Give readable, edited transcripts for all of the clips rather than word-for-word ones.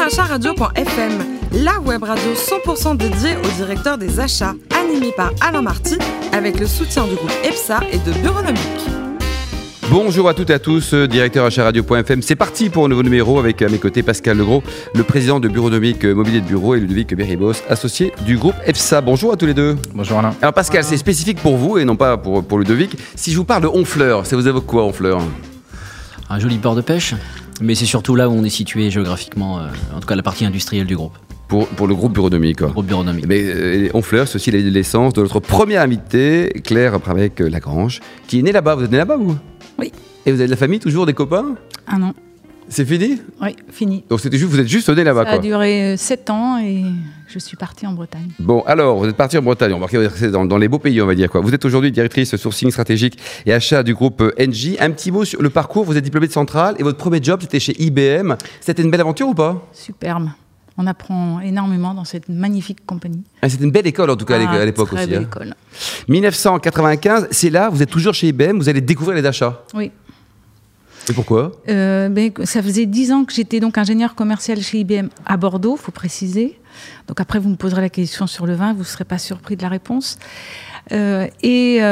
acharadio.fm, la web radio 100% dédiée au directeur des achats, animée par Alain Marty, avec le soutien du groupe EPSA et de Bureaunomique. Bonjour à toutes et à tous, directeur acharadio.fm. C'est parti pour un nouveau numéro avec à mes côtés Pascal Legros, le président de Bureaunomique Mobilier de Bureau, et Ludovic Berribos, associé du groupe EPSA. Bonjour à tous les deux. Bonjour Alain. Alors Pascal, c'est spécifique pour vous et non pas pour Ludovic. Si je vous parle de Honfleur, ça vous évoque quoi, Honfleur ? Un joli port de pêche, mais c'est surtout là où on est situé géographiquement, en tout cas la partie industrielle du groupe. Pour le groupe Bureaunomique. Le groupe Bureaunomique. Mais Honfleur, c'est aussi l'essence de notre première invitée, Claire avec Lagrange, qui est née là-bas. Vous êtes née là-bas, vous ? Oui. Et vous avez de la famille, toujours des copains ? Ah non. C'est fini ? Oui, fini. Donc vous êtes juste née là-bas, Ça a duré 7 ans et je suis partie en Bretagne. Bon, alors, vous êtes partie en Bretagne, on va rester dans les beaux pays, on va dire quoi. Vous êtes aujourd'hui directrice sourcing stratégique et achat du groupe Engie. Un petit mot sur le parcours, vous êtes diplômée de Centrale et votre premier job, c'était chez IBM. C'était une belle aventure ou pas ? Superbe. On apprend énormément dans cette magnifique compagnie. C'était une belle école en tout cas à l'époque aussi. Très belle école. 1995, c'est là, vous êtes toujours chez IBM, vous allez découvrir les achats. Oui. Et pourquoi ? Ça faisait 10 ans que j'étais donc ingénieur commercial chez IBM à Bordeaux, il faut préciser. Donc après, vous me poserez la question sur le vin, vous ne serez pas surpris de la réponse. J'ai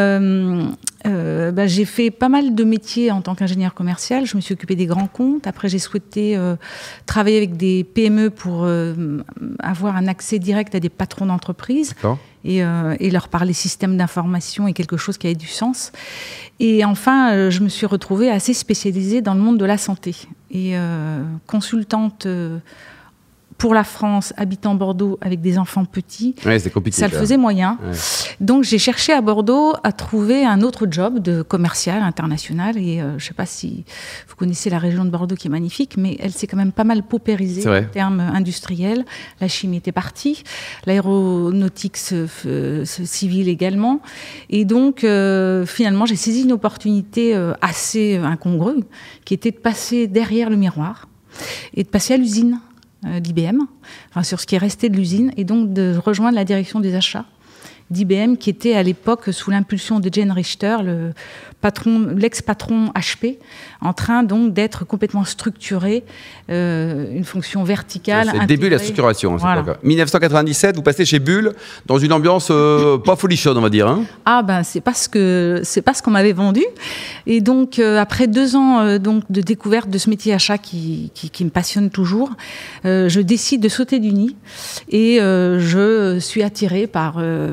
fait pas mal de métiers en tant qu'ingénieur commercial. Je me suis occupée des grands comptes. Après, j'ai souhaité travailler avec des PME pour avoir un accès direct à des patrons d'entreprise. Et leur parler système d'information et quelque chose qui avait du sens. Et enfin, je me suis retrouvée assez spécialisée dans le monde de la santé. Et consultante pour la France, habitant Bordeaux avec des enfants petits, c'est compliqué, ça le faisait moyen. Ouais. Donc j'ai cherché à Bordeaux à trouver un autre job de commercial international. Et je ne sais pas si vous connaissez la région de Bordeaux qui est magnifique, mais elle s'est quand même pas mal paupérisée en termes industriels. La chimie était partie, l'aéronautique civile également. Et donc finalement j'ai saisi une opportunité assez incongrue qui était de passer derrière le miroir et de passer à l'usine d'IBM, sur ce qui est resté de l'usine, et donc de rejoindre la direction des achats d'IBM, qui était à l'époque sous l'impulsion de Jane Richter, l'ex-patron HP, en train donc d'être complètement structuré, une fonction verticale. C'est le début de la structuration. Voilà. 1997, vous passez chez Bull dans une ambiance pas folichonne, on va dire. C'est pas ce qu'on m'avait vendu. Et donc après 2 ans donc de découverte de ce métier achat qui me passionne toujours, je décide de sauter du nid et je suis attirée par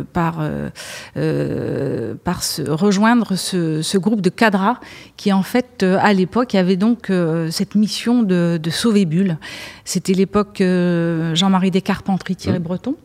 rejoindre ce groupe de cadres qui en fait à l'époque avait donc cette mission de sauver Bull. C'était l'époque Jean-Marie Descarpentries, Thierry Breton,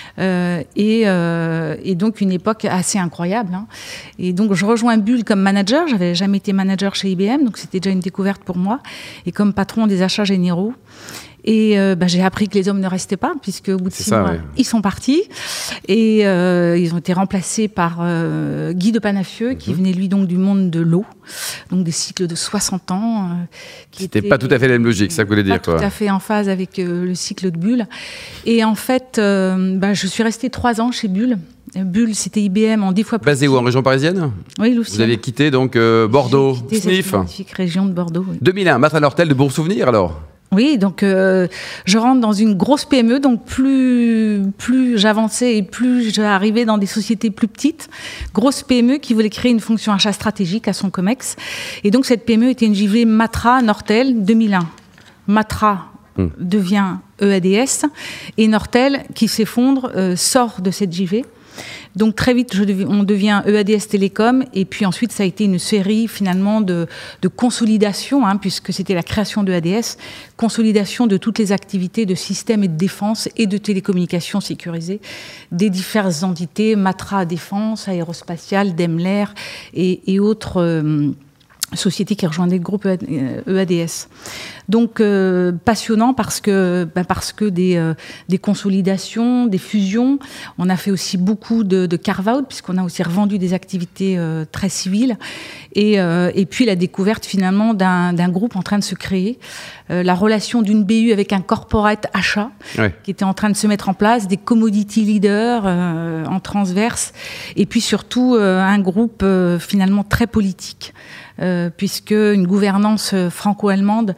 et donc une époque assez incroyable. Et donc je rejoins Bull comme manager. J'avais jamais été manager chez IBM, donc c'était déjà une découverte pour moi, et comme patron des achats généraux. Et j'ai appris que les hommes ne restaient pas, puisque au bout de 6 mois, ils sont partis. Et ils ont été remplacés par Guy de Panafieux, qui venait lui donc du monde de l'eau, donc des cycles de 60 ans. C'était pas tout à fait la même logique, ça voulait dire quoi. Tout à fait en phase avec le cycle de Bull. Et en fait, je suis restée 3 ans chez Bull. Bull, c'était IBM en 10 fois plus. Basé où, en région parisienne ? Oui, Lucien. Vous avez quitté donc Bordeaux, J'ai quitté SNIF. cette magnifique région de Bordeaux. Oui. 2001, Matran Hortel, de bons souvenirs alors ? Oui, donc je rentre dans une grosse PME, donc plus j'avançais et plus j'arrivais dans des sociétés plus petites. Grosse PME qui voulait créer une fonction achat stratégique à son COMEX. Et donc cette PME était une JV Matra Nortel 2001. Matra devient EADS et Nortel, qui s'effondre, sort de cette JV. Donc très vite, on devient EADS Télécom, et puis ensuite ça a été une série finalement de consolidation, puisque c'était la création de EADS, consolidation de toutes les activités de système et de défense et de télécommunications sécurisées des diverses entités, Matra Défense, Aérospatiale, Daimler et autres sociétés qui rejoignaient le groupe EADS. Donc passionnant parce que des consolidations, des fusions. On a fait aussi beaucoup de carve-out puisqu'on a aussi revendu des activités très civiles. Et puis la découverte finalement d'un groupe en train de se créer. La relation d'une BU avec un corporate achat qui était en train de se mettre en place, des commodity leaders en transverse. Et puis surtout un groupe finalement très politique puisque une gouvernance franco-allemande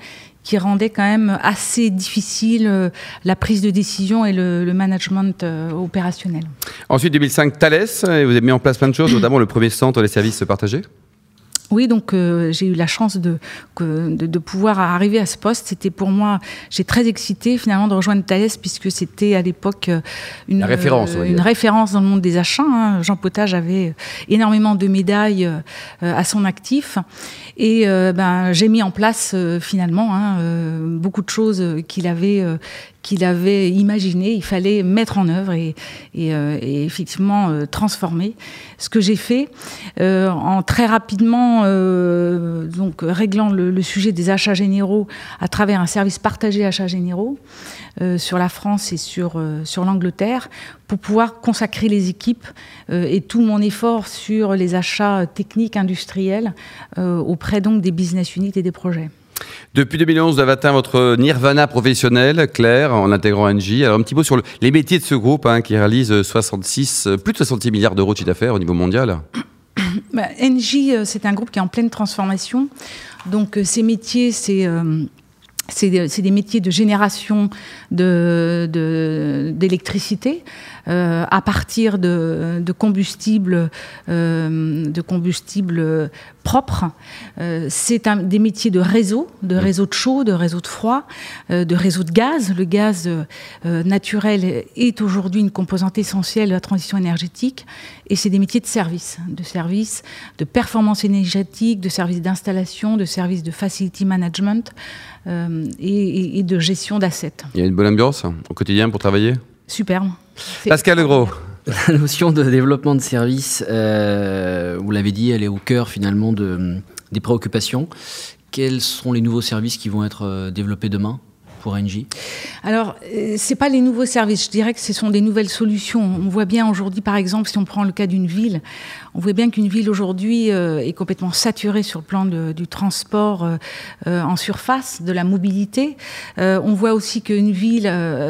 qui rendait quand même assez difficile la prise de décision et le management opérationnel. Ensuite, 2005, Thales, et vous avez mis en place plein de choses, notamment le premier centre des services partagés. Oui, donc j'ai eu la chance de pouvoir arriver à ce poste. C'était pour moi, j'ai très excité finalement de rejoindre Thales puisque c'était à l'époque une référence dans le monde des achats. Hein. Jean Potage avait énormément de médailles à son actif et j'ai mis en place finalement beaucoup de choses qu'il avait imaginé, il fallait mettre en œuvre et effectivement transformer. Ce que j'ai fait en très rapidement, donc réglant le sujet des achats généraux à travers un service partagé achats généraux sur la France et sur l'Angleterre, pour pouvoir consacrer les équipes et tout mon effort sur les achats techniques industriels auprès donc des business units et des projets. Depuis 2011, vous avez atteint votre nirvana professionnel, Claire, en intégrant Engie. Alors un petit mot sur les métiers de ce groupe qui réalise plus de 66 milliards d'euros de chiffre d'affaires au niveau mondial. Engie, c'est un groupe qui est en pleine transformation. Donc ces métiers, c'est des métiers de génération d'électricité à partir de combustibles propres. C'est des métiers de réseau de chaud, de réseau de froid, de réseau de gaz. Le gaz naturel est aujourd'hui une composante essentielle de la transition énergétique. Et c'est des métiers de service de performance énergétique, de service d'installation, de service de facility management et de gestion d'assets. Il y a une bonne ambiance au quotidien pour travailler ? Superbe. Pascal Legros. La notion de développement de services, vous l'avez dit, elle est au cœur finalement des préoccupations. Quels sont les nouveaux services qui vont être développés demain pour Engie ? Alors, ce n'est pas les nouveaux services, je dirais que ce sont des nouvelles solutions. On voit bien aujourd'hui, par exemple, si on prend le cas d'une ville, on voit bien qu'une ville aujourd'hui est complètement saturée sur le plan du transport en surface, de la mobilité. On voit aussi qu'une ville,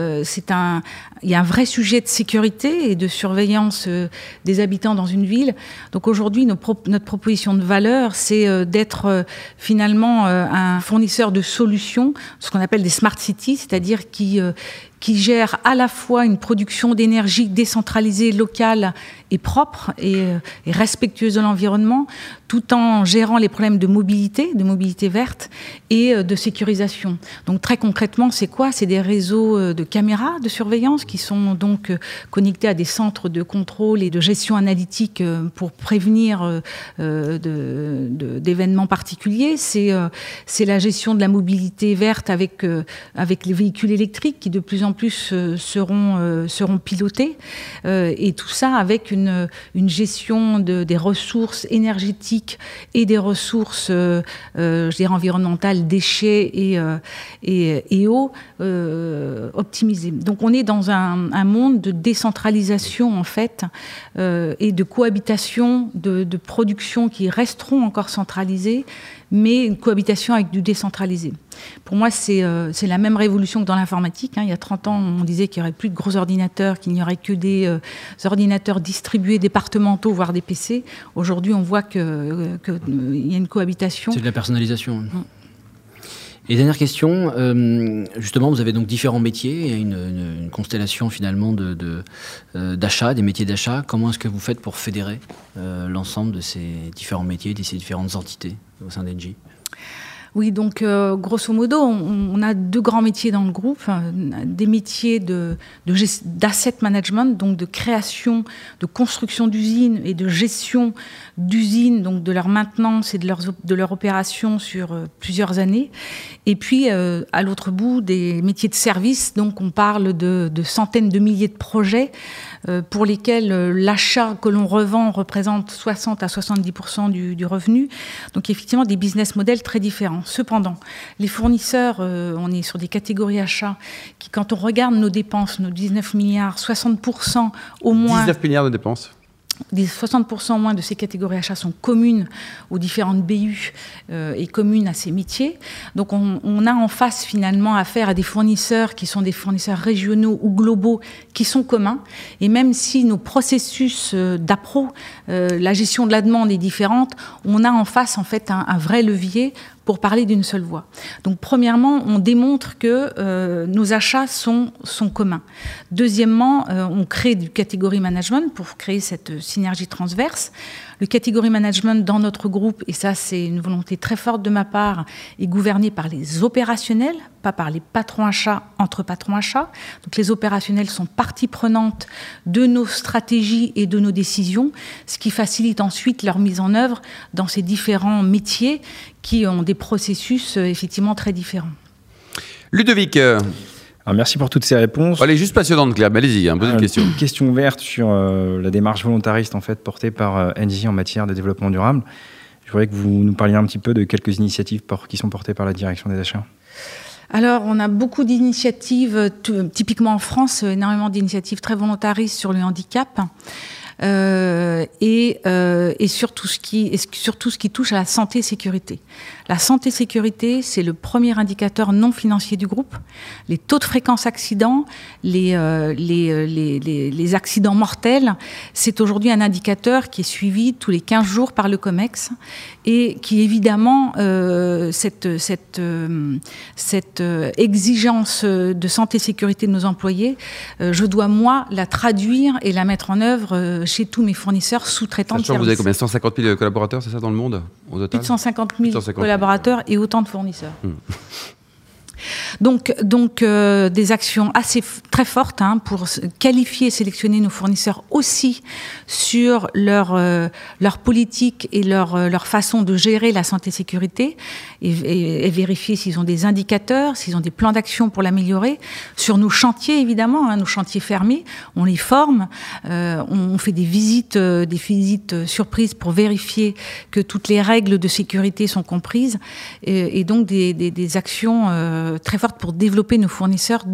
il y a un vrai sujet de sécurité et de surveillance des habitants dans une ville. Donc aujourd'hui, notre proposition de valeur, c'est d'être finalement un fournisseur de solutions, ce qu'on appelle des smart cities, c'est-à-dire qui gère à la fois une production d'énergie décentralisée, locale et propre et respectueuse de l'environnement, tout en gérant les problèmes de mobilité verte et de sécurisation. Donc très concrètement, c'est quoi ? C'est des réseaux de caméras de surveillance qui sont donc connectés à des centres de contrôle et de gestion analytique pour prévenir d'événements particuliers. C'est la gestion de la mobilité verte avec les véhicules électriques qui de plus en plus seront pilotés et tout ça avec une gestion des ressources énergétiques et des ressources je dirais environnementales, déchets et eau optimisées. Donc on est dans un monde de décentralisation en fait et de cohabitation de productions qui resteront encore centralisées, mais une cohabitation avec du décentralisé. Pour moi, c'est la même révolution que dans l'informatique. Il y a 30 ans, on disait qu'il n'y aurait plus de gros ordinateurs, qu'il n'y aurait que des ordinateurs distribués départementaux, voire des PC. Aujourd'hui, on voit qu'il y a une cohabitation. C'est de la personnalisation. Et dernière question, justement, vous avez donc différents métiers, il y a une constellation finalement d'achat, des métiers d'achat. Comment est-ce que vous faites pour fédérer l'ensemble de ces différents métiers, de ces différentes entités au sein d'Engie ? Oui, donc grosso modo, on a deux grands métiers dans le groupe, des métiers d'asset management, donc de création, de construction d'usines et de gestion d'usines, donc de leur maintenance et de leur opération sur plusieurs années. Et puis, à l'autre bout, des métiers de service, donc on parle de centaines de milliers de projets pour lesquels l'achat que l'on revend représente 60 à 70% du revenu. Donc effectivement, des business models très différents. Cependant, les fournisseurs, on est sur des catégories achats qui, quand on regarde nos dépenses, nos 19 milliards, 60% au moins... 19 milliards de dépenses. 60% au moins de ces catégories achats sont communes aux différentes BU et communes à ces métiers. Donc on a en face finalement affaire à des fournisseurs qui sont des fournisseurs régionaux ou globaux qui sont communs. Et même si nos processus d'appro, la gestion de la demande est différente, on a en face en fait un vrai levier pour parler d'une seule voix. Donc premièrement, on démontre que nos achats sont communs. Deuxièmement, on crée du category management pour créer cette synergie transverse. Le category management dans notre groupe, et ça c'est une volonté très forte de ma part, est gouverné par les opérationnels, pas par les patrons achats entre patrons achats. Donc les opérationnels sont partie prenante de nos stratégies et de nos décisions, ce qui facilite ensuite leur mise en œuvre dans ces différents métiers qui ont des processus effectivement très différents. Ludovic. Alors, merci pour toutes ces réponses. Elle est juste passionnante, Claire. Allez-y, posez une question. Une question ouverte sur la démarche volontariste en fait, portée par Engie en matière de développement durable. Je voudrais que vous nous parliez un petit peu de quelques initiatives qui sont portées par la direction des achats. Alors, on a beaucoup d'initiatives, typiquement en France, énormément d'initiatives très volontaristes sur le handicap. Et sur tout ce qui touche à la santé et sécurité. La santé et sécurité, c'est le premier indicateur non financier du groupe. Les taux de fréquence accidents, les accidents mortels, c'est aujourd'hui un indicateur qui est suivi tous les 15 jours par le COMEX et qui évidemment, cette exigence de santé et sécurité de nos employés, je dois moi la traduire et la mettre en œuvre chez tous mes fournisseurs sous-traitants de services. Vous avez combien, 150 000 collaborateurs, c'est ça, dans le monde, au total ? Plus de 150 000 collaborateurs et autant de fournisseurs. Donc des actions très fortes pour qualifier et sélectionner nos fournisseurs aussi sur leur politique et leur façon de gérer la santé-sécurité et vérifier s'ils ont des indicateurs, s'ils ont des plans d'action pour l'améliorer. Sur nos chantiers, évidemment, nos chantiers fermés, on les forme, on fait des visites surprises pour vérifier que toutes les règles de sécurité sont comprises et donc des actions très forte pour développer nos fournisseurs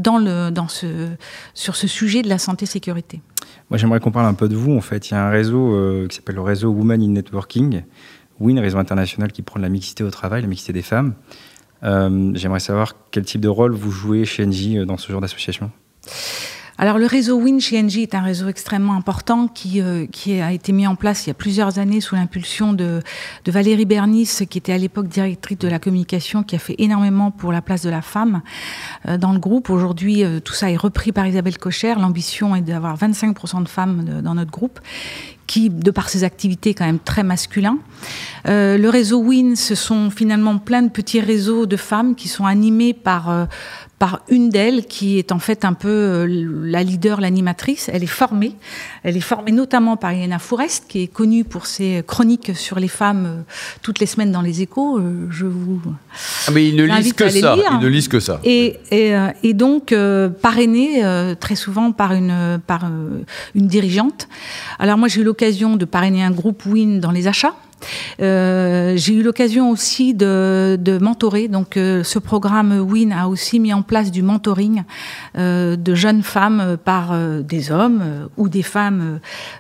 sur ce sujet de la santé-sécurité. Moi, j'aimerais qu'on parle un peu de vous. En fait, il y a un réseau qui s'appelle le réseau Women in Networking, WIN, réseau international qui prône la mixité au travail, la mixité des femmes. J'aimerais savoir quel type de rôle vous jouez chez Engie dans ce genre d'association. Alors le réseau WIN chez Engie est un réseau extrêmement important qui a été mis en place il y a plusieurs années sous l'impulsion de Valérie Bernis, qui était à l'époque directrice de la communication, qui a fait énormément pour la place de la femme dans le groupe. Aujourd'hui, tout ça est repris par Isabelle Cocher. L'ambition est d'avoir 25% de femmes dans notre groupe, qui, de par ses activités quand même très masculins. Le réseau WIN, ce sont finalement plein de petits réseaux de femmes qui sont animés par une d'elles, qui est en fait un peu la leader, l'animatrice. Elle est formée notamment par Iléna Fourest, qui est connue pour ses chroniques sur les femmes toutes les semaines dans les Échos. Je vous mais ils ne lisent que ça. Lire. Ils ne lisent que ça. Et donc parrainée très souvent par une dirigeante. Alors moi, j'ai eu l'occasion de parrainer un groupe WIN dans les achats. J'ai eu l'occasion aussi de mentorer. Donc, ce programme WIN a aussi mis en place du mentoring de jeunes femmes par des hommes ou des femmes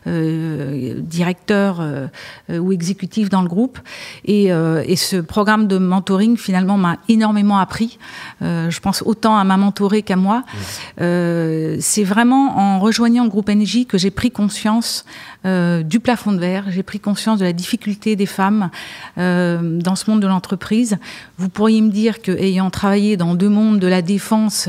directeurs ou exécutifs dans le groupe. Et ce programme de mentoring, finalement, m'a énormément appris. Je pense autant à ma mentorée qu'à moi. C'est vraiment en rejoignant le groupe Engie que j'ai pris conscience du plafond de verre. J'ai pris conscience de la difficulté des femmes dans ce monde de l'entreprise. Vous pourriez me dire que, ayant travaillé dans deux mondes de la défense,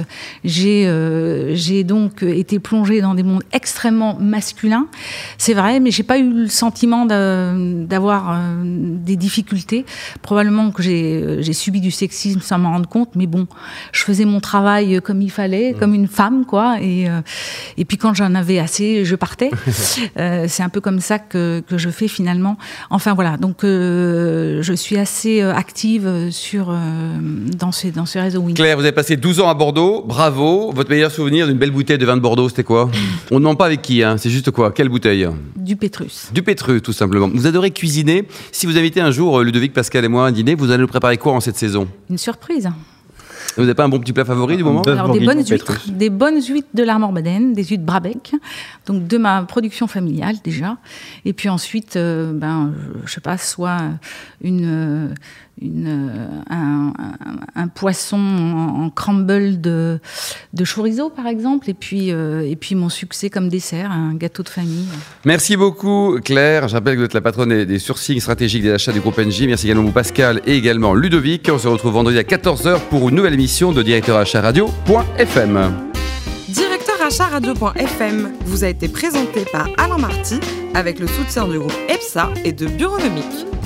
j'ai donc été plongée dans des mondes extrêmement masculins. C'est vrai, mais j'ai pas eu le sentiment d'avoir des difficultés. Probablement que j'ai subi du sexisme sans m'en rendre compte, mais bon, je faisais mon travail comme il fallait, comme une femme, quoi. Et puis quand j'en avais assez, je partais. C'est un peu comme ça que je fais finalement. Enfin voilà, donc je suis assez active dans ce réseau WIN. Claire, vous avez passé 12 ans à Bordeaux, bravo. Votre meilleur souvenir d'une belle bouteille de vin de Bordeaux, c'était quoi? On ne ment pas avec qui, hein. C'est juste quoi? Quelle bouteille? Du Pétrus. Du Pétrus, tout simplement. Vous adorez cuisiner. Si vous invitez un jour Ludovic, Pascal et moi à dîner, vous allez nous préparer quoi en cette saison? Une surprise. Vous n'avez pas un bon petit plat favori du moment? Alors, des bonnes huîtres de l'Armor-Baden, des huîtres Brabec, donc de ma production familiale déjà. Et puis ensuite, je sais pas, soit un poisson en crumble de chorizo, par exemple, et puis mon succès comme dessert, un gâteau de famille. Merci beaucoup, Claire. Je rappelle que vous êtes la patronne des sourcings stratégiques des achats du groupe NJ. Merci également à Pascal et également Ludovic. On se retrouve vendredi à 14h pour une nouvelle émission de Directeur Achat Radio.fm. Directeur Achat Radio.fm vous a été présenté par Alain Marty avec le soutien du groupe EPSA et de Bureaunomique.